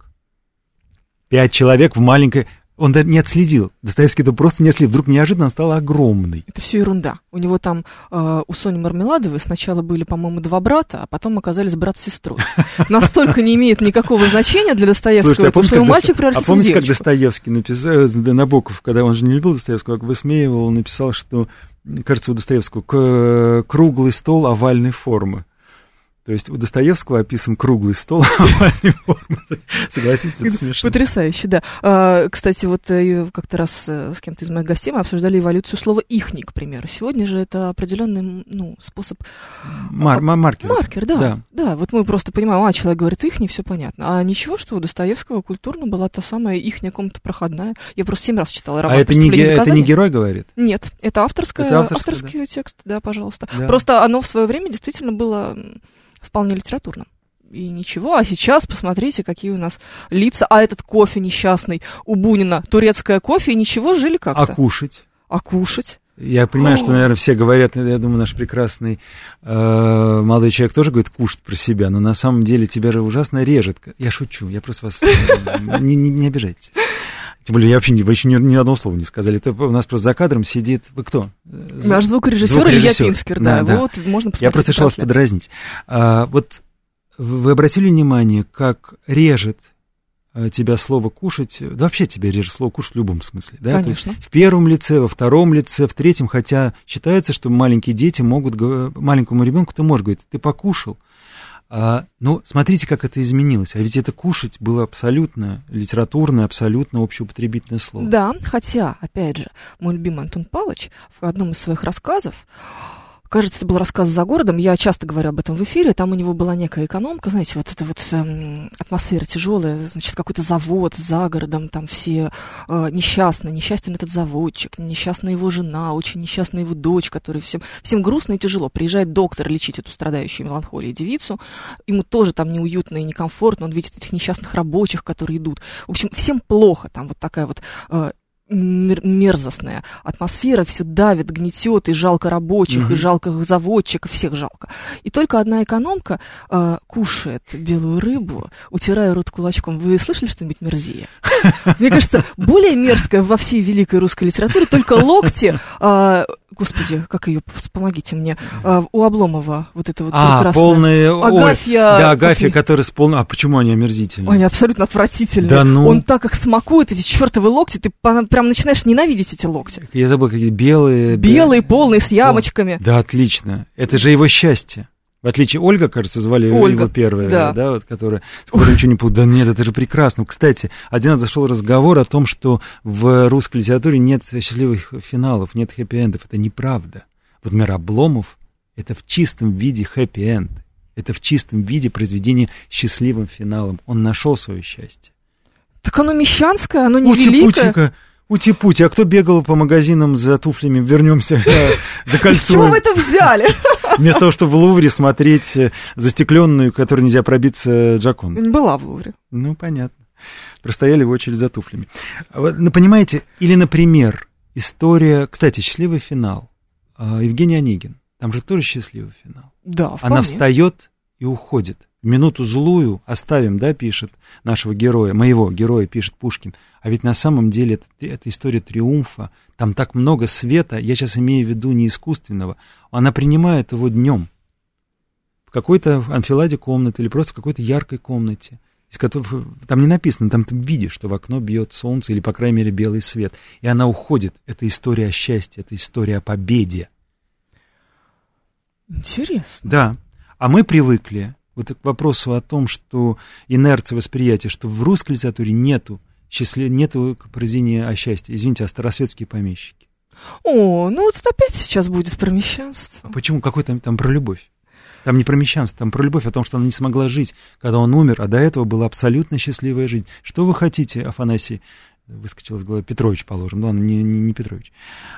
5 человек в маленькой... Он не отследил. Достоевский это просто не отследил. Вдруг неожиданно стало огромный.
Это все ерунда. У него там у Сони Мармеладовой сначала были, по-моему, 2 брата, а потом оказались брат с сестрой. Настолько не имеет никакого значения для Достоевского, потому что его мальчик превратился в девочку.
А помните, как Достоевский написал, Набоков, когда он же не любил Достоевского, как высмеивал, он написал, что, кажется, у Достоевского круглый стол овальной формы. То есть у Достоевского описан круглый стол овальной формы. Согласитесь, это смешно.
Потрясающе, да. Кстати, вот как-то раз с кем-то из моих гостей мы обсуждали эволюцию слова «ихни», к примеру. Сегодня же это определенный способ...
Маркер.
Маркер, да. Да, вот мы просто понимаем, человек говорит «ихни», все понятно. А ничего, что у Достоевского культурно была та самая «ихня» комната проходная. Я просто 7 раз читала роман «Преступление и наказание».
Это не герой говорит?
Нет, это авторский текст, да, пожалуйста. Да. Просто оно в свое время действительно было... вполне литературно. И ничего. А сейчас посмотрите, какие у нас лица. А этот кофе несчастный у Бунина. Турецкое кофе, и ничего, жили как-то. А кушать?
Я понимаю, что, наверное, все говорят, я думаю, наш прекрасный молодой человек тоже говорит кушать про себя, но на самом деле тебя же ужасно режет. Я шучу, я просто вас... Не обижайтесь. Тем более, вы еще ни одного слова не сказали. Это у нас просто за кадром сидит... Вы кто?
Наш звукорежиссер Илья Пинскер, да. Вот, можно посмотреть.
Я просто решил вас подразнить. Вот вы обратили внимание, как режет тебя слово «кушать», да вообще тебя режет слово «кушать» в любом смысле, да?
Конечно.
В первом лице, во втором лице, в третьем, хотя считается, что маленькие дети могут... Маленькому ребенку ты можешь говорить, ты покушал. Но смотрите, как это изменилось. А ведь это «кушать» было абсолютно литературное, абсолютно общеупотребительное слово.
Да, хотя, опять же, мой любимый Антон Палыч в одном из своих рассказов, кажется, это был рассказ «За городом», я часто говорю об этом в эфире, там у него была некая экономка, знаете, вот эта вот атмосфера тяжелая, значит, какой-то завод за городом, там все несчастен этот заводчик, несчастна его жена, очень несчастна его дочь, которой всем грустно и тяжело. Приезжает доктор лечить эту страдающую меланхолией девицу, ему тоже там неуютно и некомфортно, он видит этих несчастных рабочих, которые идут. В общем, всем плохо, там вот такая вот... мерзостная. Атмосфера все давит, гнетет, и жалко рабочих, и жалко заводчиков, всех жалко. И только одна экономка кушает белую рыбу, утирая рот кулачком. Вы слышали что-нибудь мерзее? Мне кажется, более мерзкое во всей великой русской литературе только локти. Господи, как ее, помогите мне, у Обломова вот это вот прекрасное.
Полные...
Агафья.
Да, Агафья, которая с полной... А почему они омерзительные?
Они абсолютно отвратительные.
Да ну.
Он так их смакует, эти чертовы локти, ты прям начинаешь ненавидеть эти локти.
Я забыл, какие белые...
Белые, полные, с ямочками.
Да, отлично. Это же его счастье. В отличие Ольга, кажется, звали
Ольга,
его первая,
да,
вот, с которой ничего не путал. Да нет, это же прекрасно. Кстати, один раз зашел разговор о том, что в русской литературе нет счастливых финалов, нет хэппи-эндов. Это неправда. Вот, например, Обломов — это в чистом виде хэппи-энд. Это в чистом виде произведение с счастливым финалом. Он нашел свое счастье.
Так оно мещанское, оно не великое.
Ути-пути, а кто бегал по магазинам за туфлями? Вернемся за кольцом.
С чего вы это взяли?
Вместо того, чтобы в Лувре смотреть застекленную, которой нельзя пробиться, Джоконду.
Не была в Лувре.
Ну, понятно. Простояли в очередь за туфлями. Ну, понимаете, или, например, история... Кстати, счастливый финал. Евгений Онегин. Там же тоже счастливый финал.
Да, вполне.
Она встает и уходит. В минуту злую оставим, да, пишет нашего героя, моего героя, пишет Пушкин. А ведь на самом деле это история триумфа. Там так много света, я сейчас имею в виду не искусственного. Она принимает его днем. В какой-то анфиладе комнаты или просто в какой-то яркой комнате. Там не написано, там ты видишь, что в окно бьет солнце или, по крайней мере, белый свет. И она уходит. Это история о счастье, это история о победе.
Интересно.
Да. А мы привыкли вот к вопросу о том, что инерция восприятия, что в русской литературе нету произведения о счастье. Извините, а старосветские помещики?
О, ну вот опять сейчас будет про мещанство.
Почему? Какой там про любовь? Там не про мещанство, там про любовь, о том, что она не смогла жить, когда он умер, а до этого была абсолютно счастливая жизнь. Что вы хотите, Афанасий? Выскочил из головы. Петрович, положим. Ну, ладно, не Петрович.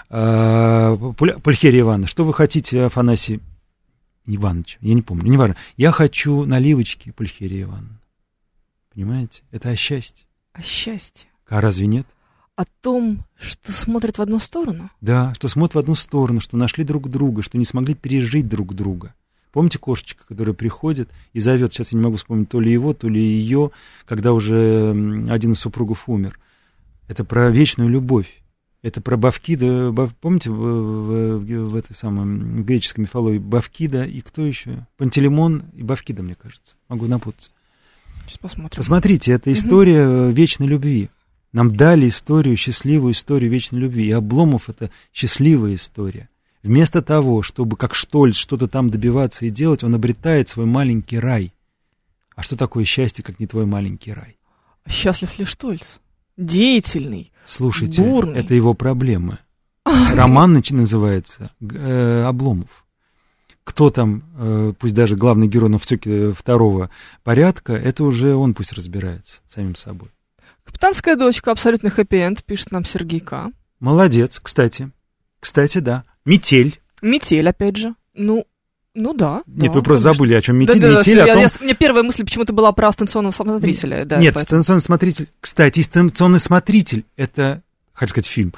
Пульхерия Ивановна. Что вы хотите, Афанасий Иванович? Я не помню, неважно. Я хочу наливочки, Пульхерия Ивановна. Понимаете? Это о счастье.
О счастье.
А разве нет?
О том, что смотрят в одну сторону?
Да, что смотрят в одну сторону, что нашли друг друга, что не смогли пережить друг друга. Помните кошечка, которая приходит и зовет, сейчас я не могу вспомнить, то ли его, то ли ее, когда уже один из супругов умер. Это про вечную любовь. Это про Бавкида. Помните в этой самой в греческой мифологии Бавкида и кто еще? Пантелеймон и Бавкида, мне кажется. Могу напутаться.
Сейчас посмотрим.
Посмотрите, это история вечной любви. Нам дали историю, счастливую историю вечной любви. И Обломов — это счастливая история. Вместо того, чтобы как Штольц что-то там добиваться и делать, он обретает свой маленький рай. А что такое счастье, как не твой маленький рай?
Счастлив ли Штольц? Деятельный,
слушайте,
бурный.
Это его проблемы. Роман называется «Обломов». Кто там, пусть даже главный герой, но все-таки второго порядка, это уже он пусть разбирается самим собой.
«Капитанская дочка», абсолютно хэппи-энд, пишет нам Сергей К.
Молодец, кстати. Кстати, да. «Метель».
«Метель», опять же. Ну да.
Нет,
да,
вы просто
конечно.
забыли, о чем «Метель».
Да,
«Метель» о том...
У меня первая мысль почему-то была про станционного смотрителя. Да,
нет,
поэтому...
«Станционный смотритель». Кстати, «Станционный смотритель» — это, хочу сказать, фильм.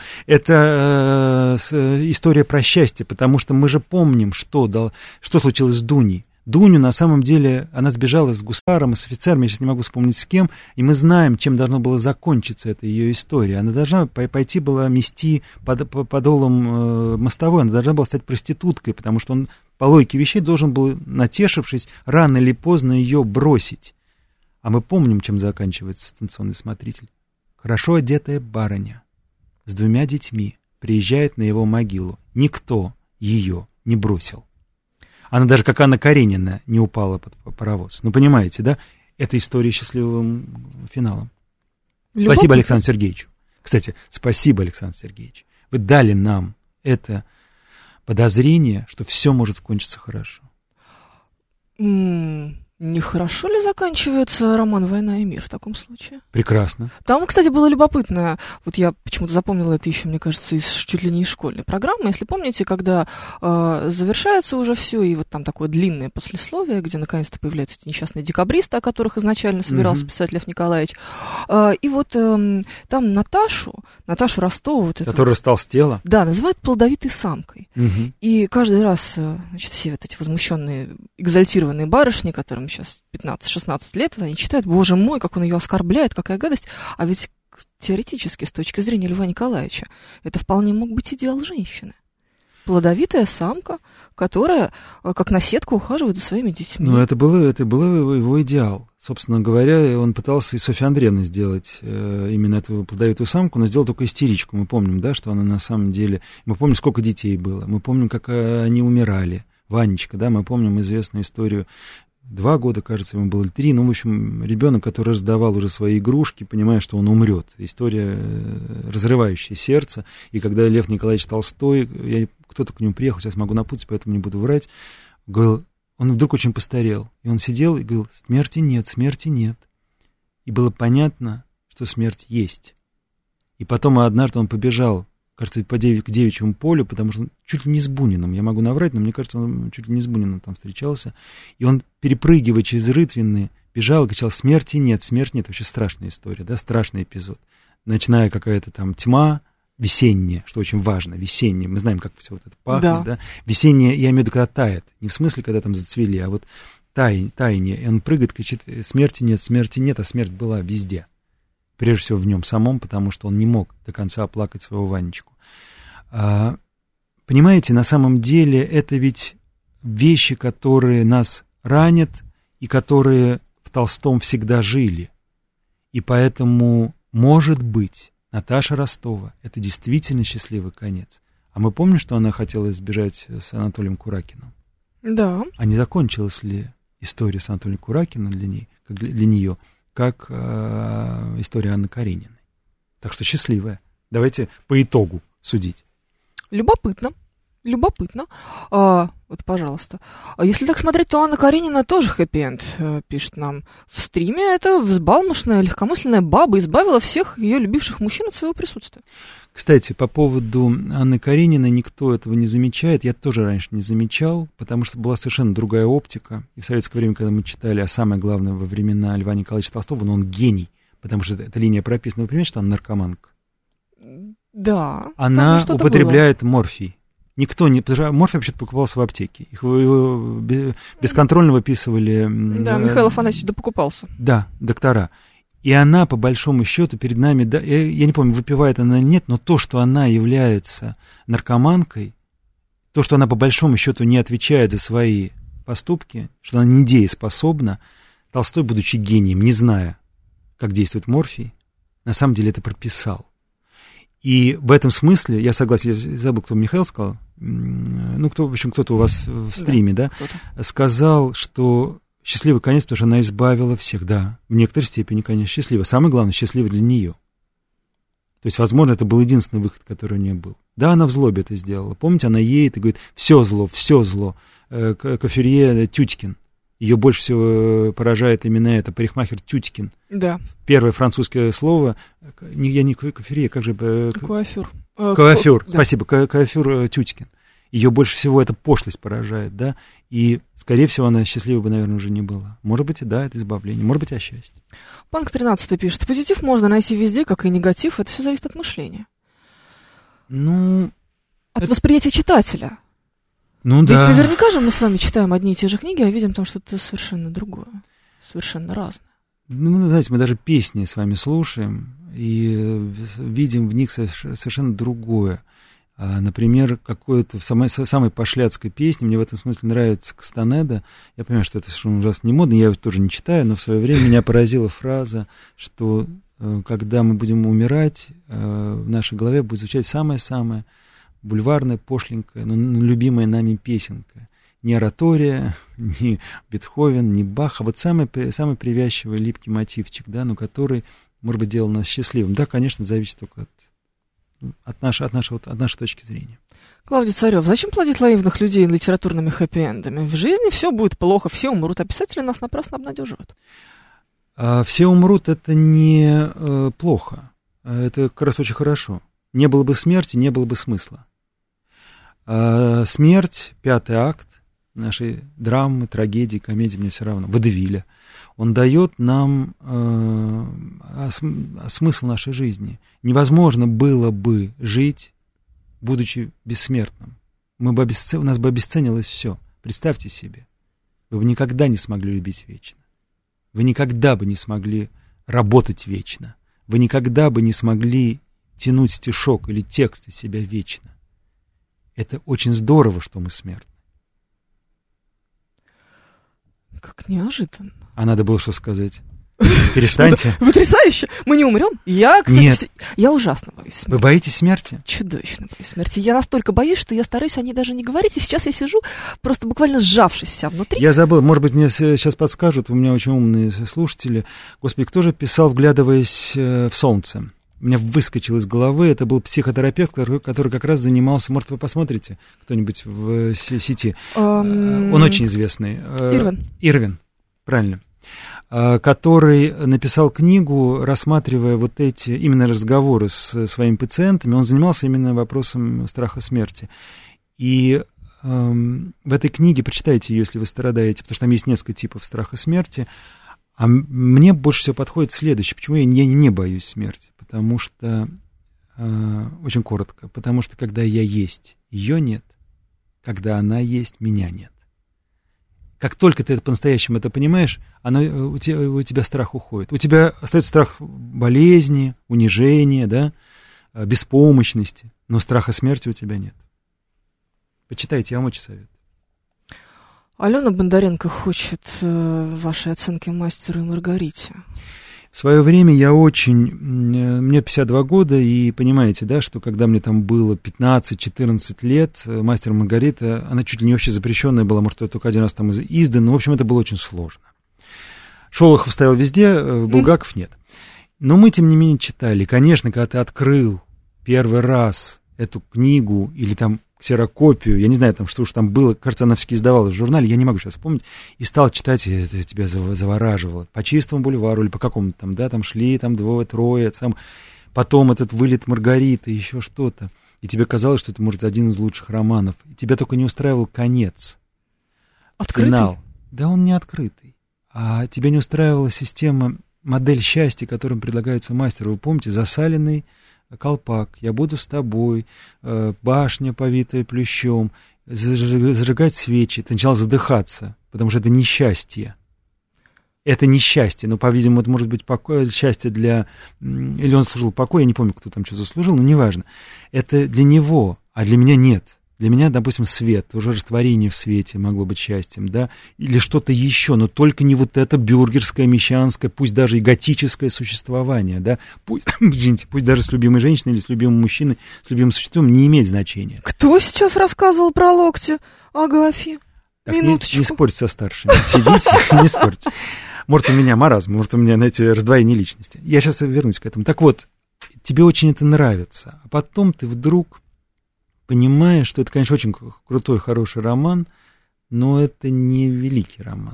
Это история про счастье, потому что мы же помним, что случилось с Дуней. Дуню, на самом деле, она сбежала с гусаром и с офицером, я сейчас не могу вспомнить с кем, и мы знаем, чем должно было закончиться эта ее история. Она должна пойти была мести подолом мостовой, она должна была стать проституткой, потому что он, по логике вещей, должен был, натешившись, рано или поздно ее бросить. А мы помним, чем заканчивается «Станционный смотритель». Хорошо одетая барыня с 2 детьми приезжает на его могилу. Никто ее не бросил. Она даже, как Анна Каренина, не упала под паровоз. Ну, понимаете, да? Это история счастливым финалом.
Любопытно.
Спасибо Александру Сергеевичу. Кстати, спасибо, Александр Сергеевич. Вы дали нам это подозрение, что все может кончиться хорошо.
Нехорошо ли заканчивается роман «Война и мир» в таком случае?
Прекрасно.
Там, кстати, было любопытно, вот я почему-то запомнила это еще, мне кажется, чуть ли не из школьной программы, если помните, когда завершается уже все, и вот там такое длинное послесловие, где наконец-то появляются эти несчастные декабристы, о которых изначально собирался писать Лев Николаевич, и вот там Наташу Ростову, вот
которая растолстела.
Да, называют плодовитой самкой. И каждый раз, значит, все вот эти возмущенные, экзальтированные барышни, которым сейчас 15-16 лет, они читают, боже мой, как он ее оскорбляет, какая гадость. А ведь теоретически, с точки зрения Льва Николаевича, это вполне мог быть идеал женщины. Плодовитая самка, которая, как наседка, ухаживает за своими детьми.
Ну, это было его идеал. Собственно говоря, он пытался и Софью Андреевну сделать именно эту плодовитую самку, но сделал только истеричку. Мы помним, да, что она на самом деле... Мы помним, сколько детей было. Мы помним, как они умирали. Ванечка, да, мы помним известную историю. 2 года, кажется, ему было, или 3. Ну, в общем, ребенок, который раздавал уже свои игрушки, понимая, что он умрет. История, разрывающая сердце. И когда Лев Николаевич Толстой, кто-то к нему приехал, сейчас могу напутать, поэтому не буду врать, говорил, он вдруг очень постарел. И он сидел и говорил, смерти нет, смерти нет. И было понятно, что смерть есть. И потом однажды он побежал, кажется, к девичьему полю, потому что он чуть ли не с Буниным, я могу наврать, но мне кажется, он чуть ли не с Буниным там встречался, и он, перепрыгивая через рытвины, бежал и кричал, смерти нет, смерть нет. Вообще страшная история, да, страшный эпизод. Начиная какая-то там тьма весенняя, что очень важно, весенняя, мы знаем, как все вот это пахнет, да. Весенняя, я имею в виду, когда тает, не в смысле, когда там зацвели, а вот таяние, и он прыгает, кричит, смерти нет, а смерть была везде. Прежде всего в нем самом, потому что он не мог до конца оплакать своего Ванечку. Понимаете, на самом деле это ведь вещи, которые нас ранят и которые в Толстом всегда жили. И поэтому, может быть, Наташа Ростова — это действительно счастливый конец. А мы помним, что она хотела сбежать с Анатолием Куракиным?
Да.
А не закончилась ли история с Анатолием Куракиным для нее, как история Анны Карениной? Так что счастливая. Давайте по итогу судить.
Любопытно. Вот, пожалуйста. Если так смотреть, то Анна Каренина тоже хэппи-энд, пишет нам в стриме. Это взбалмошная, легкомысленная баба избавила всех ее любивших мужчин от своего присутствия.
Кстати, по поводу Анны Карениной никто этого не замечает. Я тоже раньше не замечал, потому что была совершенно другая оптика. И в советское время, когда мы читали, а самое главное, во времена Льва Николаевича Толстого, но он гений, потому что эта линия прописана. Вы понимаете, что она наркоманка?
Да.
Она употребляет морфий. Никто не... Потому что морфий вообще-то покупался в аптеке. Его бесконтрольно выписывали...
Да, Михаил Афанасьевич допокупался.
Да, доктора. И она, по большому счету, перед нами... Да, я не помню, выпивает она или нет, но то, что она является наркоманкой, то, что она, по большому счету, не отвечает за свои поступки, что она недееспособна, Толстой, будучи гением, не зная, как действует морфий, на самом деле это прописал. И в этом смысле, я согласен, я забыл, кто Михаил сказал, ну, в общем, кто-то у вас в стриме, да сказал, что счастливый конец, потому что она избавила всех, да, в некоторой степени, конечно, счастлива. Самое главное, счастлива для нее. То есть, возможно, это был единственный выход, который у нее был. Да, она в злобе это сделала. Помните, она едет и говорит, все зло. Кофюрье Тютькин. Ее больше всего поражает именно это, парикмахер Тютькин.
Да.
Первое французское слово, я не кофюрье, как же...
Куафюр.
Куафюр,
да.
Спасибо, куафюр Тютькин. Ее больше всего эта пошлость поражает, да, и, скорее всего, она счастливой бы, наверное, уже не была. Может быть, и да, это избавление, может быть, о счастье.
Панк 13 пишет, позитив можно найти везде, как и негатив, это все зависит от мышления.
Ну...
От восприятия читателя.
Ну
ведь
да.
Наверняка же мы с вами читаем одни и те же книги, а видим там что-то совершенно другое, совершенно разное.
Ну, знаете, мы даже песни с вами слушаем и видим в них совершенно другое. Например, какое-то в самой пошляцкой песне, мне в этом смысле нравится Кастанеда. Я понимаю, что это совершенно ужасно не модно, я его тоже не читаю, но в свое время меня поразила фраза, что когда мы будем умирать, в нашей голове будет звучать самая-самая бульварная, пошленькая, но любимая нами песенка. Не оратория, не Бетховен, не Бах, а вот самый привязчивый, липкий мотивчик, да, но который, может быть, делал нас счастливым. Да, конечно, зависит только от нашей точки зрения.
Клавдий Царев, зачем плодить наивных людей литературными хэппи-эндами? В жизни все будет плохо, все умрут, а писатели нас напрасно обнадеживают.
Все умрут — это не плохо, это как раз очень хорошо. Не было бы смерти, не было бы смысла. Смерть, 5-й акт нашей драмы, трагедии, комедии, мне все равно, водевиля, он дает нам смысл нашей жизни. Невозможно было бы жить, будучи бессмертным. У нас бы обесценилось все. Представьте себе, вы бы никогда не смогли любить вечно. Вы никогда бы не смогли работать вечно. Вы никогда бы не смогли тянуть стишок или текст из себя вечно. Это очень здорово, что мы смертны.
Как неожиданно.
А надо было что сказать? Перестаньте.
Потрясающе. Мы не умрем? Я, кстати,
Нет.
Я ужасно боюсь смерти.
Вы боитесь смерти?
Чудовищно боюсь смерти. Я настолько боюсь, что я стараюсь о ней даже не говорить. И сейчас я сижу, просто буквально сжавшись вся внутри.
Я забыл, может быть, мне сейчас подскажут, у меня очень умные слушатели. Господи, кто же писал, вглядываясь в солнце? У меня выскочил из головы, это был психотерапевт, который как раз занимался, может, вы посмотрите кто-нибудь в сети. Он очень известный. Ирвин, правильно. Который написал книгу, рассматривая вот эти именно разговоры с своими пациентами. Он занимался именно вопросом страха смерти. И в этой книге, прочитайте ее, если вы страдаете, потому что там есть несколько типов страха смерти. А мне больше всего подходит следующее. Почему я не боюсь смерти? Потому что, очень коротко, потому что когда я есть, ее нет. Когда она есть, меня нет. Как только ты по-настоящему это понимаешь, у тебя страх уходит. У тебя остается страх болезни, унижения, да, беспомощности, но страха смерти у тебя нет. Почитайте, я вам очень советую.
Алена Бондаренко хочет вашей оценки «Мастеру и Маргарите».
В свое время мне 52 года, и понимаете, да, что когда мне там было 15-14 лет, «Мастер и Маргарита», она чуть ли не вообще запрещенная была, может, только один раз там издан, но, в общем, это было очень сложно. Шолохов стоял везде, Булгаков нет. Но мы, тем не менее, читали. Конечно, когда ты открыл первый раз эту книгу или там ксерокопию, я не знаю, там, что уж там было, кажется, она все-таки издавалась в журнале, я не могу сейчас вспомнить, и стал читать, и это тебя завораживало. По Чистому бульвару или по какому-то там, да, там шли там двое-трое, потом этот вылет Маргариты, еще что-то. И тебе казалось, что это, может, один из лучших романов. И тебя только не устраивал конец.
Открытый?
Финал. Да он не открытый. А тебя не устраивала система, модель счастья, которым предлагается мастеру. Вы помните, засаленный колпак, я буду с тобой, башня, повитая плющом, зажигать свечи. Ты начал задыхаться, потому что это несчастье. Это несчастье, но, по-видимому, это может быть счастье для... Или он служил покой, я не помню, кто там что заслужил, но неважно. Это для него, а для меня нет. Для меня, допустим, свет, уже растворение в свете могло быть счастьем, да, или что-то еще, но только не вот это бюргерское, мещанское, пусть даже и готическое существование, да, пусть даже с любимой женщиной или с любимым мужчиной, с любимым существом не имеет значения.
Кто сейчас рассказывал про локти? Агафья. Минуточку.
Не спорьте со старшими, сидите, не спорьте. Может, у меня маразм, может, у меня, знаете, раздвоение личности. Я сейчас вернусь к этому. Так вот, тебе очень это нравится, а потом ты вдруг... понимаешь, что это, конечно, очень крутой, хороший роман, но это не великий роман.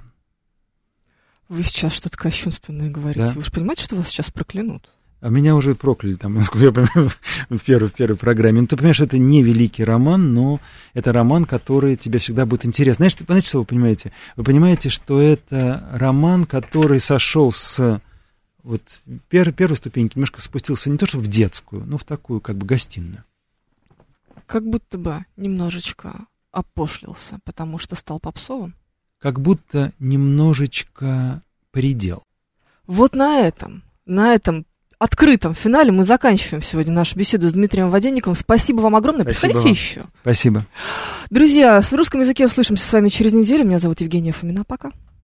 Вы сейчас что-то кощунственное говорите. Да? Вы же понимаете, что вас сейчас проклянут?
А меня уже прокляли, там, насколько я понимаю, в первой программе. Ну, ты понимаешь, это не великий роман, но это роман, который тебе всегда будет интересен. Знаете, что вы понимаете? Вы понимаете, что это роман, который сошел с вот первой ступеньки, немножко спустился не то что в детскую, но в такую как бы гостиную.
Как будто бы немножечко опошлился, потому что стал попсовым.
Как будто немножечко предел.
Вот на этом открытом финале мы заканчиваем сегодня нашу беседу с Дмитрием Воденниковым. Спасибо вам огромное.
Спасибо
Приходите
вам.
еще.
Спасибо.
Друзья, в русском языке услышимся с вами через неделю. Меня зовут Евгения Фомина. Пока.